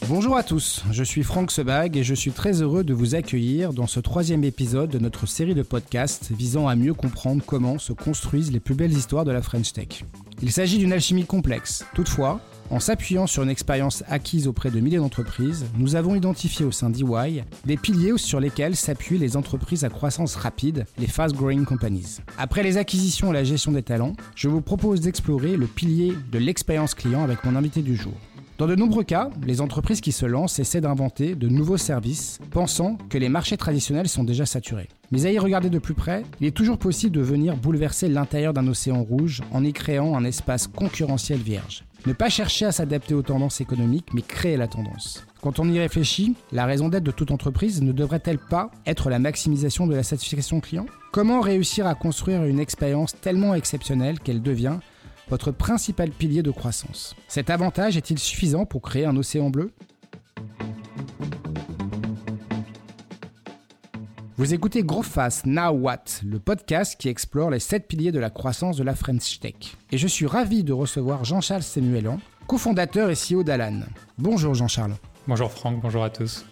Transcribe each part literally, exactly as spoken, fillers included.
Bonjour à tous, je suis Franck Sebag et je suis très heureux de vous accueillir dans ce troisième épisode de notre série de podcasts visant à mieux comprendre comment se construisent les plus belles histoires de la French Tech. Il s'agit d'une alchimie complexe. Toutefois, en s'appuyant sur une expérience acquise auprès de milliers d'entreprises, nous avons identifié au sein d'E Y des piliers sur lesquels s'appuient les entreprises à croissance rapide, les fast-growing companies. Après les acquisitions et la gestion des talents, je vous propose d'explorer le pilier de l'expérience client avec mon invité du jour. Dans de nombreux cas, les entreprises qui se lancent essaient d'inventer de nouveaux services, pensant que les marchés traditionnels sont déjà saturés. Mais à y regarder de plus près, il est toujours possible de venir bouleverser l'intérieur d'un océan rouge en y créant un espace concurrentiel vierge. Ne pas chercher à s'adapter aux tendances économiques, mais créer la tendance. Quand on y réfléchit, la raison d'être de toute entreprise ne devrait-elle pas être la maximisation de la satisfaction client ? Comment réussir à construire une expérience tellement exceptionnelle qu'elle devient votre principal pilier de croissance? Cet avantage est-il suffisant pour créer un océan bleu ? Vous écoutez Growfast Now What, le podcast qui explore les sept piliers de la croissance de la French Tech. Et je suis ravi de recevoir Jean-Charles Semuélan, cofondateur et C E O d'Alan. Bonjour Jean-Charles. Bonjour Franck, bonjour à tous.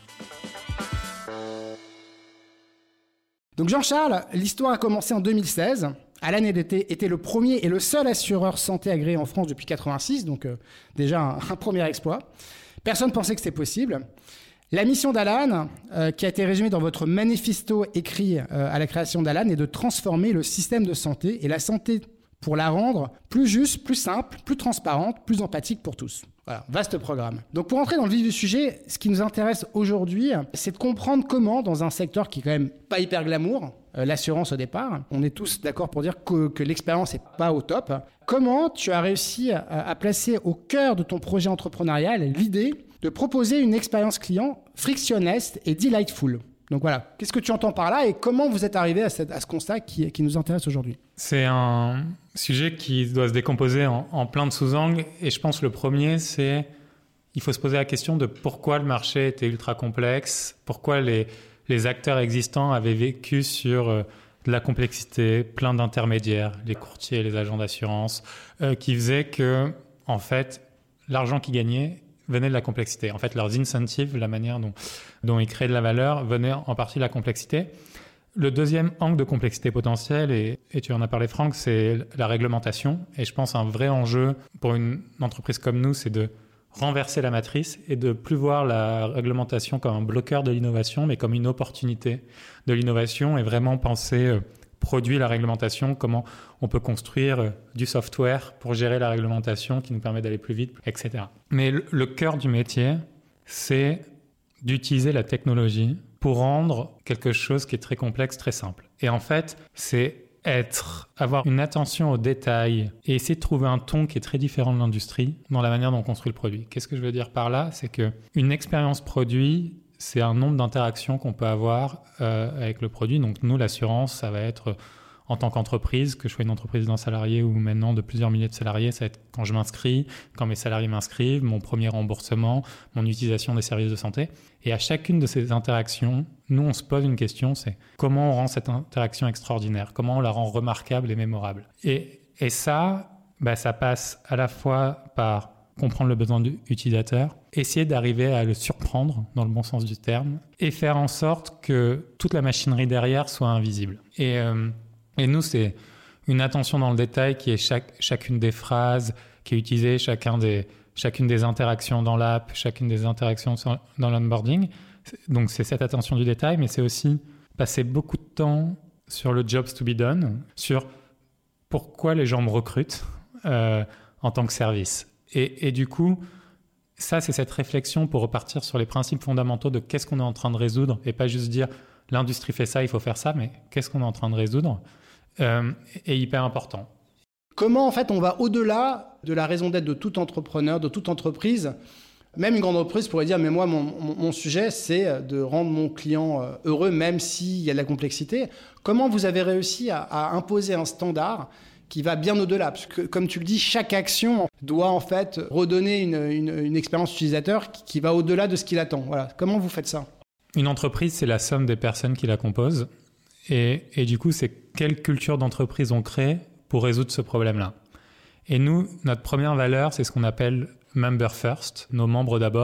Donc Jean-Charles, l'histoire a commencé en deux mille seize. Alan était, était le premier et le seul assureur santé agréé en France depuis quatre-vingt-six, donc euh, déjà un, un premier exploit. Personne ne pensait que c'était possible. La mission d'Alan, euh, qui a été résumée dans votre manifesto écrit euh, à la création d'Alan, est de transformer le système de santé et la santé pour la rendre plus juste, plus simple, plus transparente, plus empathique pour tous. Voilà, vaste programme. Donc pour entrer dans le vif du sujet, ce qui nous intéresse aujourd'hui, c'est de comprendre comment, dans un secteur qui est quand même pas hyper glamour, euh, l'assurance au départ, on est tous d'accord pour dire que, que l'expérience n'est pas au top, comment tu as réussi à, à placer au cœur de ton projet entrepreneurial l'idée de proposer une expérience client frictionless et delightful. Donc voilà, qu'est-ce que tu entends par là et comment vous êtes arrivé à, cette, à ce constat qui, qui nous intéresse aujourd'hui ? C'est un sujet qui doit se décomposer en, en plein de sous-angles et je pense que le premier, c'est il faut se poser la question de pourquoi le marché était ultra complexe, pourquoi les, les acteurs existants avaient vécu sur euh, de la complexité, plein d'intermédiaires, les courtiers, les agents d'assurance, euh, qui faisaient que, en fait, l'argent qu'ils gagnaient venait de la complexité. En fait, leurs incentives, la manière dont, dont ils créaient de la valeur, venait en partie de la complexité. Le deuxième angle de complexité potentielle, et, et tu en as parlé Franck, c'est la réglementation. Et je pense un vrai enjeu pour une entreprise comme nous, c'est de renverser la matrice et de plus voir la réglementation comme un bloqueur de l'innovation, mais comme une opportunité de l'innovation et vraiment penser euh, produit, la réglementation, comment on peut construire euh, du software pour gérer la réglementation qui nous permet d'aller plus vite, et cetera. Mais le, le cœur du métier, c'est d'utiliser la technologie pour rendre quelque chose qui est très complexe, très simple. Et en fait, c'est être, avoir une attention aux détails et essayer de trouver un ton qui est très différent de l'industrie dans la manière dont on construit le produit. Qu'est-ce que je veux dire par là ? C'est qu'une expérience produit, c'est un nombre d'interactions qu'on peut avoir euh, avec le produit. Donc nous, l'assurance, ça va être en tant qu'entreprise, que je sois une entreprise d'un salarié ou maintenant de plusieurs milliers de salariés, ça va être quand je m'inscris, quand mes salariés m'inscrivent, mon premier remboursement, mon utilisation des services de santé. Et à chacune de ces interactions, nous, on se pose une question, c'est comment on rend cette interaction extraordinaire ? Comment on la rend remarquable et mémorable ? Et, et ça, bah, ça passe à la fois par comprendre le besoin de l'utilisateur, essayer d'arriver à le surprendre dans le bon sens du terme et faire en sorte que toute la machinerie derrière soit invisible. Et, euh, et nous, c'est une attention dans le détail qui est chaque, chacune des phrases qui est utilisée, chacun des, chacune des interactions dans l'app, chacune des interactions dans l'onboarding. Donc c'est cette attention du détail, mais c'est aussi passer beaucoup de temps sur le jobs to be done, sur pourquoi les gens me recrutent euh, en tant que service. Et, et du coup, ça, c'est cette réflexion pour repartir sur les principes fondamentaux de qu'est-ce qu'on est en train de résoudre et pas juste dire l'industrie fait ça, il faut faire ça, mais qu'est-ce qu'on est en train de résoudre euh, est hyper important. Comment, en fait, on va au-delà de la raison d'être de tout entrepreneur, de toute entreprise ? Même une grande entreprise pourrait dire, mais moi, mon, mon, mon sujet, c'est de rendre mon client heureux, même s'il y a de la complexité. Comment vous avez réussi à, à imposer un standard qui va bien au-delà, parce que, comme tu le dis, chaque action doit en fait redonner une, une, une expérience utilisateur qui, qui va au-delà de ce qu'il attend. Voilà. Comment vous faites ça ? Une entreprise, c'est la somme des personnes qui la composent. Et, et du coup, c'est quelle culture d'entreprise on crée pour résoudre ce problème-là. Et nous, notre première valeur, c'est ce qu'on appelle Member First, nos membres d'abord.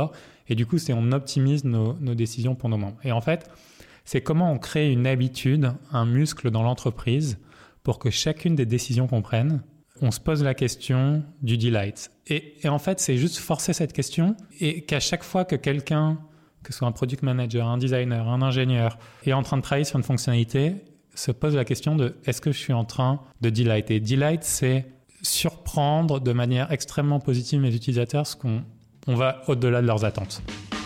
Et du coup, c'est on optimise nos, nos décisions pour nos membres. Et en fait, c'est comment on crée une habitude, un muscle dans l'entreprise pour que chacune des décisions qu'on prenne, on se pose la question du delight. Et, et en fait, c'est juste forcer cette question et qu'à chaque fois que quelqu'un, que ce soit un product manager, un designer, un ingénieur, est en train de travailler sur une fonctionnalité, se pose la question de est-ce que je suis en train de delight. Et delight, c'est surprendre de manière extrêmement positive mes utilisateurs, ce qu'on on va au-delà de leurs attentes.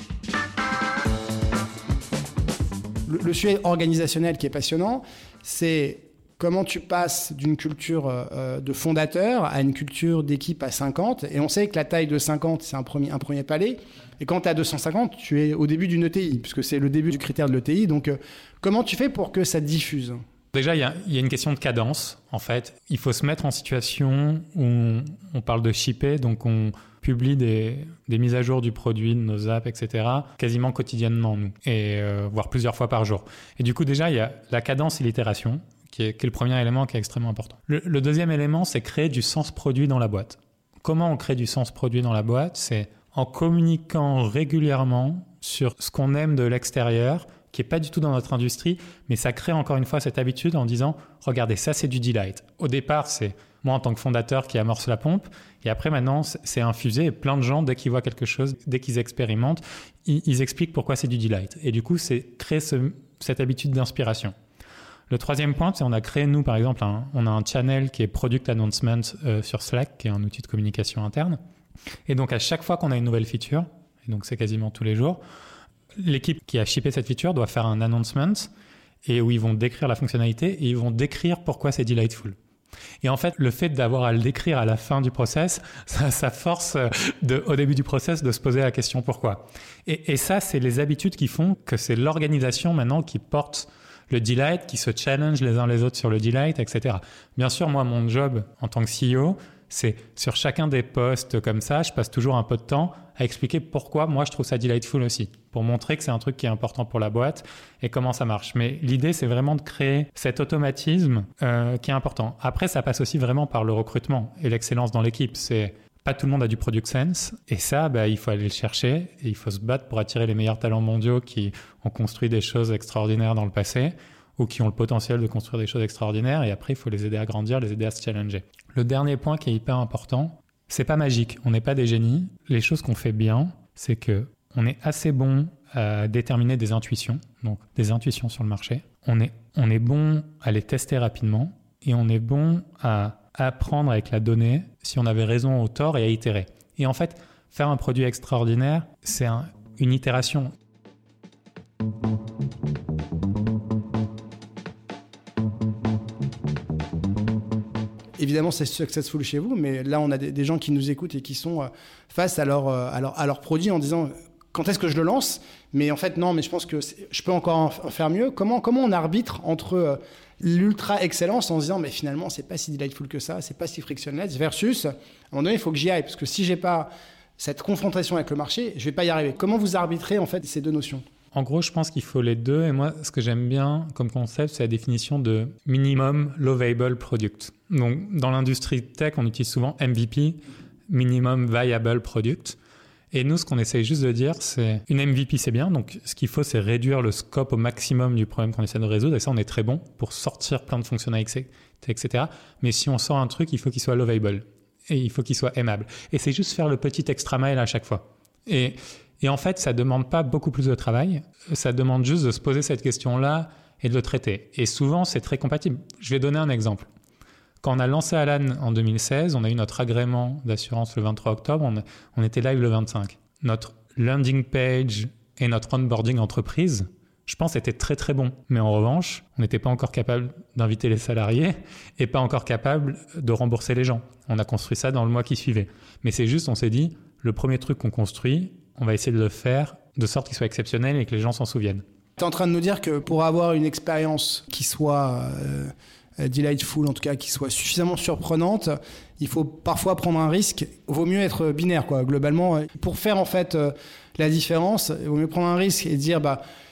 Le, le sujet organisationnel qui est passionnant, c'est comment tu passes d'une culture euh, de fondateur à une culture d'équipe à cinquante. Et on sait que la taille de cinquante, c'est un premier, un premier palier. Et quand tu es à deux cent cinquante, tu es au début d'une E T I, puisque c'est le début du critère de l'E T I. Donc, euh, comment tu fais pour que ça diffuse ? Déjà, il y, y a une question de cadence, en fait. Il faut se mettre en situation où on, on parle de shipper, donc on publie des, des mises à jour du produit, de nos apps, et cetera, quasiment quotidiennement, nous, et euh, voire plusieurs fois par jour. Et du coup, déjà, il y a la cadence et l'itération, qui est, qui est le premier élément qui est extrêmement important. Le, le deuxième élément, c'est créer du sens produit dans la boîte. Comment on crée du sens produit dans la boîte ? C'est en communiquant régulièrement sur ce qu'on aime de l'extérieur, qui n'est pas du tout dans notre industrie, mais ça crée encore une fois cette habitude en disant « Regardez, ça c'est du delight ». Au départ, c'est moi en tant que fondateur qui amorce la pompe, et après maintenant, c'est infusé, et plein de gens, dès qu'ils voient quelque chose, dès qu'ils expérimentent, ils, ils expliquent pourquoi c'est du delight. Et du coup, c'est créer ce, cette habitude d'inspiration. Le troisième point, c'est on a créé, nous, par exemple, un, on a un channel qui est Product Announcement euh, sur Slack, qui est un outil de communication interne. Et donc, à chaque fois qu'on a une nouvelle feature, et donc c'est quasiment tous les jours, l'équipe qui a shippé cette feature doit faire un announcement et où ils vont décrire la fonctionnalité et ils vont décrire pourquoi c'est delightful. Et en fait, le fait d'avoir à le décrire à la fin du process, ça, ça force de, au début du process de se poser la question pourquoi. Et, et ça, c'est les habitudes qui font que c'est l'organisation maintenant qui porte le delight, qui se challenge les uns les autres sur le delight, et cetera. Bien sûr, moi, mon job en tant que C E O, c'est sur chacun des postes comme ça, je passe toujours un peu de temps à expliquer pourquoi moi je trouve ça delightful aussi, pour montrer que c'est un truc qui est important pour la boîte et comment ça marche. Mais l'idée, c'est vraiment de créer cet automatisme euh, qui est important. Après, ça passe aussi vraiment par le recrutement et l'excellence dans l'équipe. C'est pas tout le monde a du product sense et ça, bah, il faut aller le chercher et il faut se battre pour attirer les meilleurs talents mondiaux qui ont construit des choses extraordinaires dans le passé ou qui ont le potentiel de construire des choses extraordinaires et après, il faut les aider à grandir, les aider à se challenger. Le dernier point qui est hyper important, c'est pas magique, on n'est pas des génies. Les choses qu'on fait bien, c'est que on est assez bon à déterminer des intuitions, donc des intuitions sur le marché. On est, on est bon à les tester rapidement et on est bon à apprendre avec la donnée si on avait raison ou tort et à itérer. Et en fait, faire un produit extraordinaire, c'est un, une itération. Évidemment, c'est successful chez vous, mais là, on a des, des gens qui nous écoutent et qui sont euh, face à leur, euh, à, leur, à leur produit en disant quand est-ce que je le lance ? Mais en fait, non, mais je pense que je peux encore en faire mieux. Comment, comment on arbitre entre euh, l'ultra-excellence en se disant mais finalement, c'est pas si delightful que ça, c'est pas si frictionless, versus à un moment donné, il faut que j'y aille, parce que si j'ai pas cette confrontation avec le marché, je vais pas y arriver. Comment vous arbitrez en fait ces deux notions ? En gros, je pense qu'il faut les deux. Et moi, ce que j'aime bien comme concept, c'est la définition de minimum low viable product. Donc, dans l'industrie tech, on utilise souvent M V P, minimum viable product. Et nous, ce qu'on essaye juste de dire, c'est une M V P, c'est bien. Donc, ce qu'il faut, c'est réduire le scope au maximum du problème qu'on essaie de résoudre. Et ça, on est très bon pour sortir plein de fonctionnalités, et cetera. Mais si on sort un truc, il faut qu'il soit low viable. Et il faut qu'il soit aimable. Et c'est juste faire le petit extra mile à chaque fois. Et... Et en fait, ça ne demande pas beaucoup plus de travail. Ça demande juste de se poser cette question-là et de le traiter. Et souvent, c'est très compatible. Je vais donner un exemple. Quand on a lancé Alan en deux mille seize, on a eu notre agrément d'assurance le vingt-trois octobre. On, on était live le vingt-cinq. Notre landing page et notre onboarding entreprise, je pense, était très, très bon. Mais en revanche, on n'était pas encore capable d'inviter les salariés et pas encore capable de rembourser les gens. On a construit ça dans le mois qui suivait. Mais c'est juste, on s'est dit, le premier truc qu'on construit, on va essayer de le faire de sorte qu'il soit exceptionnel et que les gens s'en souviennent. Tu es en train de nous dire que pour avoir une expérience qui soit euh, delightful, en tout cas qui soit suffisamment surprenante, il faut parfois prendre un risque. Il vaut mieux être binaire, quoi, globalement. Pour faire en fait euh, la différence, il vaut mieux prendre un risque et dire bah,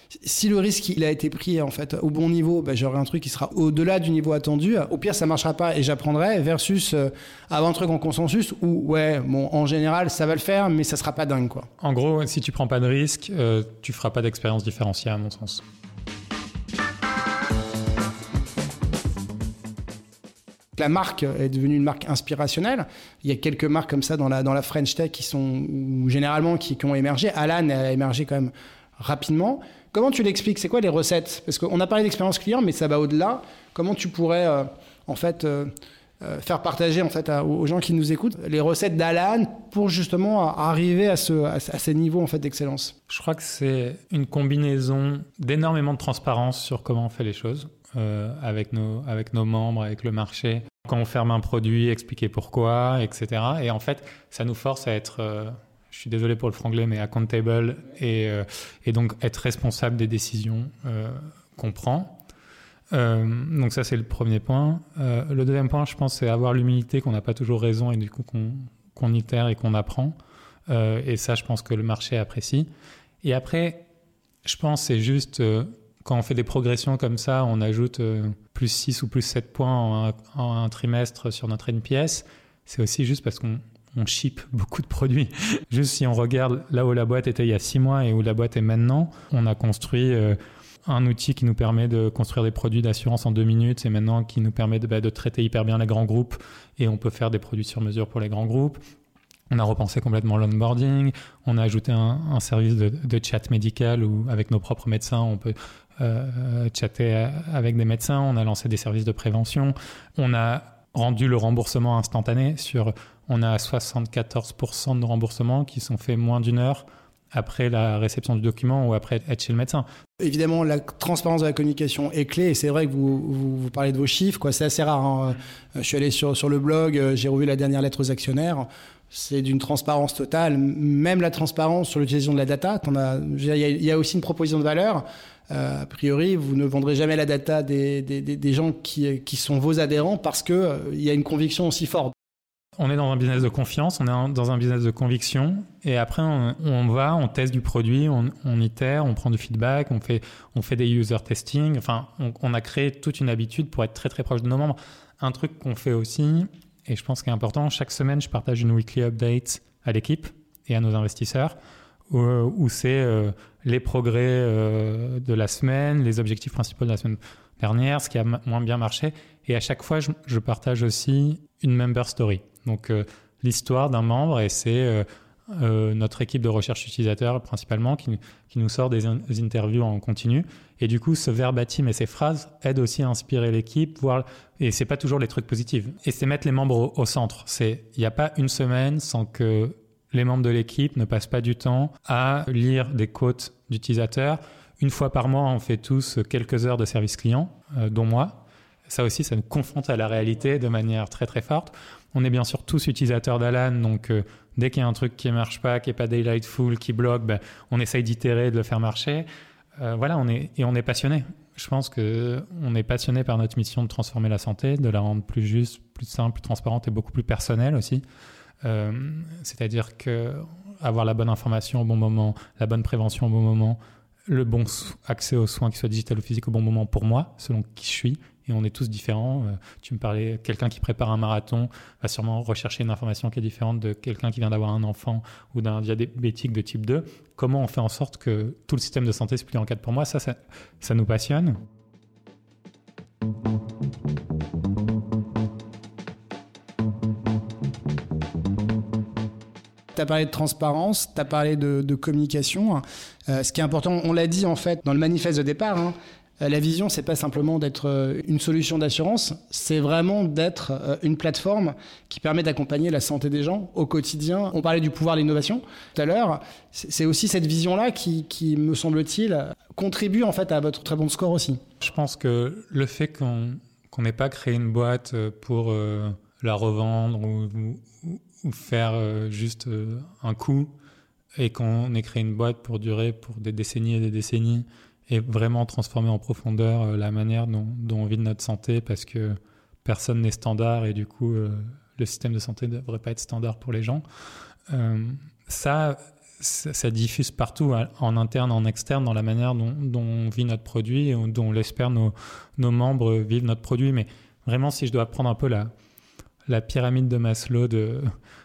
si le risque il a été pris en fait au bon niveau, ben, j'aurai un truc qui sera au-delà du niveau attendu. Au pire, ça marchera pas et j'apprendrai. Versus euh, avoir un truc en consensus où ouais, bon, en général, ça va le faire, mais ça sera pas dingue, quoi. En gros, si tu prends pas de risque, euh, tu feras pas d'expérience différenciée, à mon sens. La marque est devenue une marque inspirationnelle. Il y a quelques marques comme ça dans la, dans la French Tech qui sont, ou généralement, qui, qui ont émergé. Alan a émergé quand même rapidement. Comment tu l'expliques ? C'est quoi les recettes ? Parce qu'on a parlé d'expérience client, mais ça va au-delà. Comment tu pourrais, euh, en fait, euh, euh, faire partager en fait, à, aux gens qui nous écoutent les recettes d'Alan pour justement arriver à, ce, à, à ces niveaux en fait, d'excellence ? Je crois que c'est une combinaison d'énormément de transparence sur comment on fait les choses. Euh, avec, nos, avec nos membres, avec le marché. Quand on ferme un produit, expliquer pourquoi, et cetera. Et en fait, ça nous force à être, euh, je suis désolé pour le franglais, mais accountable et, euh, et donc être responsable des décisions euh, qu'on prend. Euh, donc ça, c'est le premier point. Euh, le deuxième point, je pense, c'est avoir l'humilité qu'on n'a pas toujours raison et du coup qu'on, qu'on itère et qu'on apprend. Euh, et ça, je pense que le marché apprécie. Et après, je pense que c'est juste... Euh, Quand on fait des progressions comme ça, on ajoute euh, plus six ou plus sept points en un, en un trimestre sur notre N P S. C'est aussi juste parce qu'on on ship beaucoup de produits. Juste si on regarde là où la boîte était il y a six mois et où la boîte est maintenant, on a construit euh, un outil qui nous permet de construire des produits d'assurance en deux minutes et maintenant qui nous permet de, bah, de traiter hyper bien les grands groupes et on peut faire des produits sur mesure pour les grands groupes. On a repensé complètement l'onboarding, on a ajouté un, un service de, de chat médical où avec nos propres médecins, on peut euh, chatter avec des médecins, on a lancé des services de prévention, on a rendu le remboursement instantané, sur, on a soixante-quatorze pour cent de nos remboursements qui sont faits moins d'une heure après la réception du document ou après être chez le médecin. Évidemment, la transparence de la communication est clé et c'est vrai que vous, vous, vous parlez de vos chiffres, quoi. C'est assez rare. Hein. Je suis allé sur, sur le blog, j'ai revu la dernière lettre aux actionnaires. C'est d'une transparence totale, même la transparence sur l'utilisation de la data. Il y, y a aussi une proposition de valeur. Euh, a priori, vous ne vendrez jamais la data des, des, des gens qui, qui sont vos adhérents parce qu'il euh, y a une conviction aussi forte. On est dans un business de confiance, on est dans un business de conviction et après on, on va, on teste du produit, on, on itère, on prend du feedback, on fait, on fait des user testing. Enfin, on, on a créé toute une habitude pour être très très proche de nos membres. Un truc qu'on fait aussi, et je pense qu'il est important, chaque semaine, je partage une weekly update à l'équipe et à nos investisseurs où, où c'est euh, les progrès euh, de la semaine, les objectifs principaux de la semaine dernière, ce qui a m- moins bien marché. Et à chaque fois, je, je partage aussi une member story. Donc, euh, l'histoire d'un membre et c'est euh, euh, notre équipe de recherche utilisateur principalement qui, qui nous sort des, in- des interviews en continu. Et du coup, ce verbatim et ces phrases aident aussi à inspirer l'équipe, voir, et c'est pas toujours les trucs positifs. Et c'est mettre les membres au, au centre. C'est, il n'y a pas une semaine sans que les membres de l'équipe ne passent pas du temps à lire des quotes d'utilisateurs. Une fois par mois, on fait tous quelques heures de service client, euh, dont moi. Ça aussi, ça nous confronte à la réalité de manière très très forte. On est bien sûr tous utilisateurs d'Alan, donc euh, dès qu'il y a un truc qui ne marche pas, qui n'est pas delightful, qui bloque, ben, on essaye d'itérer, de le faire marcher. Euh, voilà, on est, et on est passionné. Je pense qu'on est passionné par notre mission de transformer la santé, de la rendre plus juste, plus simple, plus transparente et beaucoup plus personnelle aussi. Euh, c'est-à-dire que avoir la bonne information au bon moment, la bonne prévention au bon moment, le bon accès aux soins, qu'ils soient digital ou physique, au bon moment pour moi, selon qui je suis. Et on est tous différents. Euh, tu me parlais, quelqu'un qui prépare un marathon va sûrement rechercher une information qui est différente de quelqu'un qui vient d'avoir un enfant ou d'un diabétique de type deux. Comment on fait en sorte que tout le système de santé se plie en quatre pour moi, ça, ça, ça nous passionne. Tu as parlé de transparence, tu as parlé de, de communication. Euh, ce qui est important, on l'a dit en fait dans le manifeste de départ, hein, la vision, c'est pas simplement d'être une solution d'assurance, c'est vraiment d'être une plateforme qui permet d'accompagner la santé des gens au quotidien. On parlait du pouvoir de l'innovation tout à l'heure. C'est aussi cette vision-là qui, qui, me semble-t-il, contribue en fait à votre très bon score aussi. Je pense que le fait qu'on qu'on n'ait pas créé une boîte pour euh, la revendre ou, ou, ou faire euh, juste euh, un coup et qu'on ait créé une boîte pour durer pour des décennies et des décennies et vraiment transformer en profondeur euh, la manière dont, dont on vit de notre santé parce que personne n'est standard et du coup euh, le système de santé ne devrait pas être standard pour les gens. Euh, ça, ça, ça diffuse partout, en interne, en externe, dans la manière dont, dont on vit notre produit et dont on l'espère nos, nos membres vivent notre produit. Mais vraiment, si je dois prendre un peu la, la pyramide de Maslow de,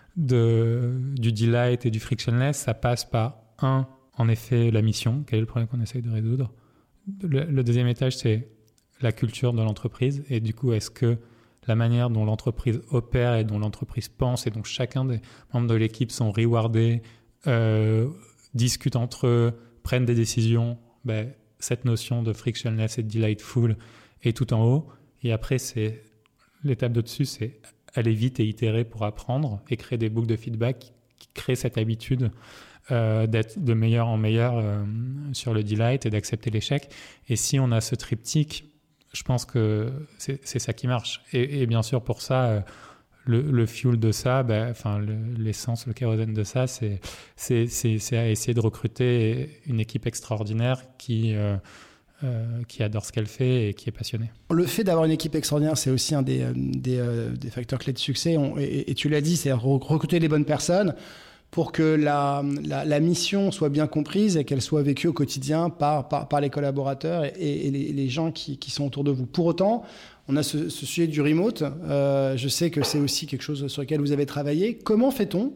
de, du delight et du frictionless, ça passe par un, en effet, la mission, quel est le problème qu'on essaye de résoudre. Le, le deuxième étage, c'est la culture de l'entreprise. Et du coup, est-ce que la manière dont l'entreprise opère et dont l'entreprise pense et dont chacun des membres de l'équipe sont rewardés, euh, discutent entre eux, prennent des décisions, ben, cette notion de frictionless et de delightful est tout en haut. Et après, c'est l'étape de dessus, c'est aller vite et itérer pour apprendre et créer des boucles de feedback qui, qui créent cette habitude euh, d'être de meilleur en meilleur euh, sur le delight et d'accepter l'échec. Et si on a ce triptyque, je pense que c'est, c'est ça qui marche. Et, et bien sûr, pour ça, euh, le, le fuel de ça, bah, enfin, le, l'essence, le kérosène de ça, c'est, c'est, c'est, c'est à essayer de recruter une équipe extraordinaire qui, euh, euh, qui adore ce qu'elle fait et qui est passionnée. Le fait d'avoir une équipe extraordinaire, c'est aussi un des, des, euh, des facteurs clés de succès. On, et, et tu l'as dit, c'est recruter les bonnes personnes pour que la, la, la mission soit bien comprise et qu'elle soit vécue au quotidien par, par, par les collaborateurs et, et les, les gens qui, qui sont autour de vous. Pour autant, on a ce, ce sujet du remote. Euh, je sais que c'est aussi quelque chose sur lequel vous avez travaillé. Comment fait-on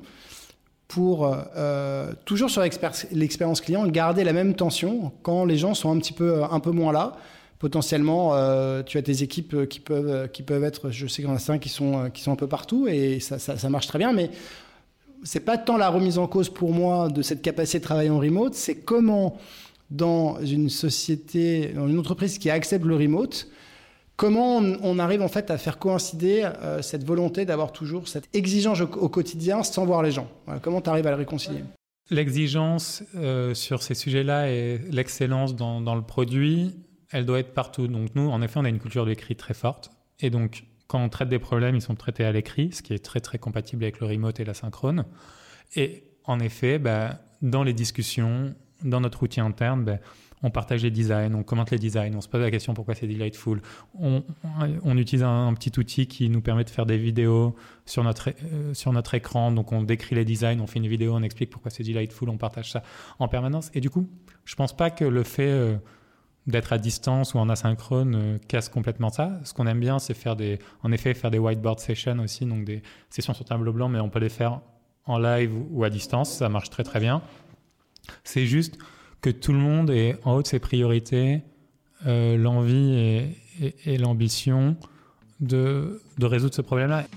pour, euh, toujours sur l'expérience client, garder la même tension quand les gens sont un petit peu, un peu moins là ? Potentiellement, euh, tu as tes équipes qui peuvent, qui peuvent être, je sais qu'il y en a cinq qui sont, qui sont un peu partout et ça, ça, ça marche très bien, mais c'est pas tant la remise en cause pour moi de cette capacité de travailler en remote, c'est comment dans une société, dans une entreprise qui accepte le remote, comment on, on arrive en fait à faire coïncider euh, cette volonté d'avoir toujours cette exigence au, au quotidien sans voir les gens. Voilà, comment tu arrives à le réconcilier ? L'exigence euh, sur ces sujets-là et l'excellence dans, dans le produit, elle doit être partout. Donc nous, en effet, on a une culture de l'écrit très forte. Et donc, quand on traite des problèmes, ils sont traités à l'écrit, ce qui est très, très compatible avec le remote et l'asynchrone. Et en effet, bah, dans les discussions, dans notre outil interne, bah, on partage les designs, on commente les designs, on se pose la question pourquoi c'est delightful. On, on, on utilise un, un petit outil qui nous permet de faire des vidéos sur notre, euh, sur notre écran. Donc, on décrit les designs, on fait une vidéo, on explique pourquoi c'est delightful, on partage ça en permanence. Et du coup, je ne pense pas que le fait... Euh, d'être à distance ou en asynchrone euh, casse complètement ça. Ce qu'on aime bien, c'est faire des, en effet, faire des whiteboard sessions aussi, donc des sessions sur tableau blanc, mais on peut les faire en live ou à distance. Ça marche très, très bien. C'est juste que tout le monde est en haut de ses priorités, euh, l'envie et, et, et l'ambition de, de résoudre ce problème-là.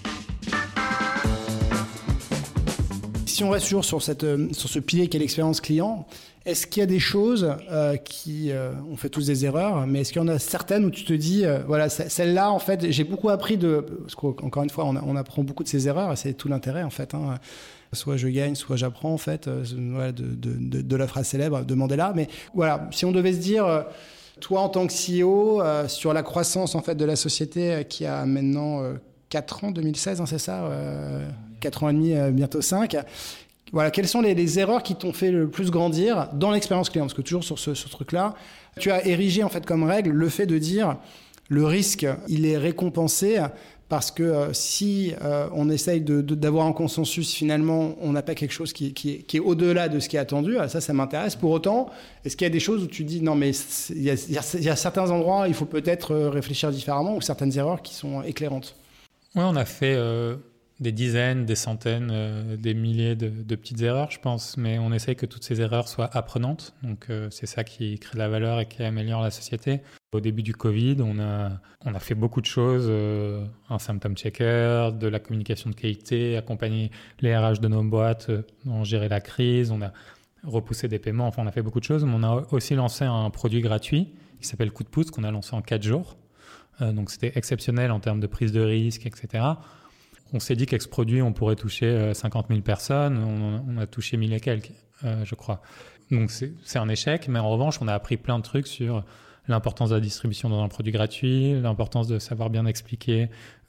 Si on reste toujours sur, cette, sur ce pilier qu'est l'expérience client, est-ce qu'il y a des choses euh, qui... Euh, on fait tous des erreurs, mais est-ce qu'il y en a certaines où tu te dis, euh, voilà, celle-là, en fait, j'ai beaucoup appris de... Parce qu'encore une fois, on, a, on apprend beaucoup de ces erreurs, et c'est tout l'intérêt, en fait. Hein. Soit je gagne, soit j'apprends, en fait, euh, voilà, de, de, de, de la phrase célèbre de Mandela. Mais voilà, si on devait se dire... Euh, toi, en tant que C E O, euh, sur la croissance, en fait, de la société euh, qui a maintenant euh, quatre ans, deux mille seize, hein, c'est ça euh, quatre ans et demi, euh, bientôt cinq. Voilà, quelles sont les, les erreurs qui t'ont fait le plus grandir dans l'expérience client ? Parce que toujours sur ce, ce truc-là, tu as érigé en fait comme règle le fait de dire le risque, il est récompensé parce que euh, si euh, on essaye de, de, d'avoir un consensus, finalement, on n'a pas quelque chose qui, qui, est, qui est au-delà de ce qui est attendu. Alors ça, ça m'intéresse. Pour autant, est-ce qu'il y a des choses où tu dis non, mais il y a, il y a certains endroits, il faut peut-être réfléchir différemment ou certaines erreurs qui sont éclairantes ? Oui, on a fait... Euh... des dizaines, des centaines, euh, des milliers de, de petites erreurs, je pense. Mais on essaye que toutes ces erreurs soient apprenantes. Donc, euh, c'est ça qui crée de la valeur et qui améliore la société. Au début du Covid, on a, on a fait beaucoup de choses. Euh, un symptom checker, de la communication de qualité, accompagner les R H de nos boîtes, euh, dans gérer la crise. On a repoussé des paiements. Enfin, on a fait beaucoup de choses. Mais on a aussi lancé un produit gratuit qui s'appelle Coup de pouce, qu'on a lancé en quatre jours. Euh, donc, c'était exceptionnel en termes de prise de risque, et cetera. On s'est dit qu'avec ce produit, on pourrait toucher cinquante mille personnes. On, on a touché mille et quelques, euh, je crois. Donc, c'est, c'est un échec. Mais en revanche, on a appris plein de trucs sur l'importance de la distribution dans un produit gratuit, l'importance de savoir bien expliquer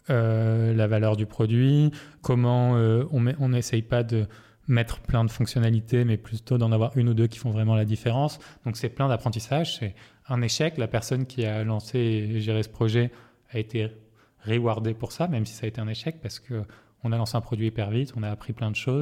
euh, la valeur du produit, comment euh, on n'essaye pas de mettre plein de fonctionnalités, mais plutôt d'en avoir une ou deux qui font vraiment la différence. Donc, c'est plein d'apprentissage. C'est un échec. La personne qui a lancé et géré ce projet a été... rewardé pour ça, même si ça a été un échec, parce qu'on a lancé un produit hyper vite, on a appris plein de choses,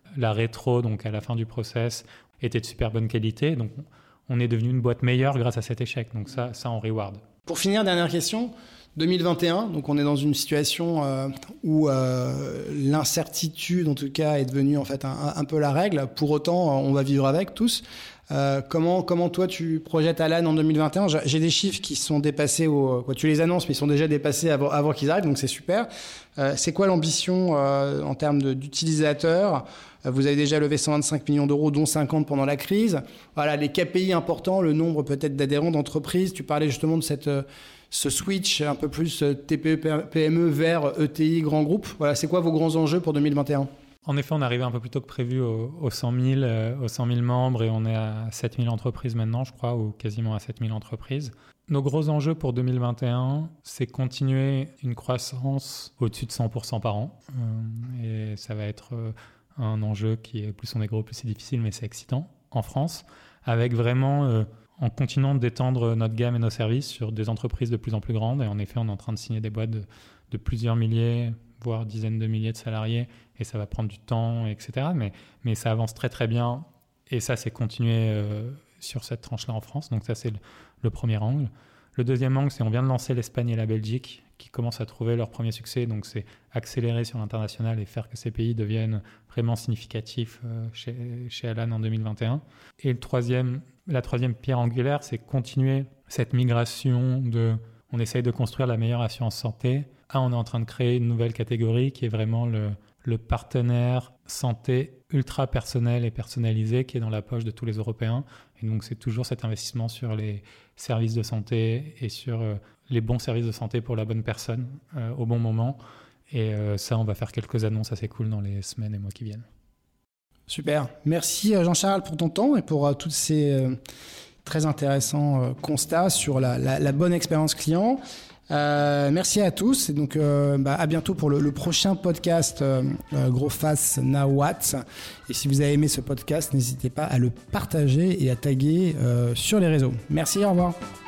La rétro, donc à la fin du process, était de super bonne qualité. Donc, on est devenu une boîte meilleure grâce à cet échec. Donc ça, ça on reward. Pour finir, dernière question. deux mille vingt et un, donc on est dans une situation euh, où euh, l'incertitude, en tout cas, est devenue en fait un, un peu la règle. Pour autant, on va vivre avec tous. Euh, comment, comment toi tu projettes Alan en deux mille vingt et un? J'ai des chiffres qui sont dépassés, au, quoi, tu les annonces, mais ils sont déjà dépassés avant, avant qu'ils arrivent, donc c'est super. Euh, c'est quoi l'ambition euh, en termes d'utilisateurs? Vous avez déjà levé cent vingt-cinq millions d'euros, dont cinquante pendant la crise. Voilà, les K P I importants, le nombre peut-être d'adhérents d'entreprises. Tu parlais justement de cette, ce switch un peu plus T P E, P M E vers E T I, grands groupes. Voilà, c'est quoi vos grands enjeux pour deux mille vingt et un? En effet, on est arrivé un peu plus tôt que prévu aux, aux cent mille, euh, aux cent mille membres et on est à sept mille entreprises maintenant, je crois, ou quasiment à sept mille entreprises. Nos gros enjeux pour deux mille vingt et un, c'est continuer une croissance au-dessus de cent pour cent par an. Euh, et ça va être euh, un enjeu qui est, plus on est gros, plus c'est difficile, mais c'est excitant en France, avec vraiment, euh, en continuant d'étendre notre gamme et nos services sur des entreprises de plus en plus grandes. Et en effet, on est en train de signer des boîtes de, de plusieurs milliers, voire dizaines de milliers de salariés, et ça va prendre du temps, et cetera. Mais, mais ça avance très très bien, et ça, c'est continuer euh, sur cette tranche-là en France. Donc ça, c'est le, le premier angle. Le deuxième angle, c'est on vient de lancer l'Espagne et la Belgique, qui commencent à trouver leur premier succès. Donc c'est accélérer sur l'international et faire que ces pays deviennent vraiment significatifs euh, chez, chez Alan en deux mille vingt et un. Et le troisième, la troisième pierre angulaire, c'est continuer cette migration de... On essaye de construire la meilleure assurance santé. Ah, on est en train de créer une nouvelle catégorie qui est vraiment le, le partenaire santé ultra personnel et personnalisé qui est dans la poche de tous les Européens. Et donc, c'est toujours cet investissement sur les services de santé et sur euh, les bons services de santé pour la bonne personne euh, au bon moment. Et euh, ça, on va faire quelques annonces assez cool dans les semaines et mois qui viennent. Super. Merci Jean-Charles pour ton temps et pour euh, toutes ces... Euh... très intéressant euh, constat sur la, la, la bonne expérience client. Euh, merci à tous et donc euh, bah, à bientôt pour le, le prochain podcast euh, euh, Growfast Now What. Et si vous avez aimé ce podcast, n'hésitez pas à le partager et à taguer euh, sur les réseaux. Merci, au revoir.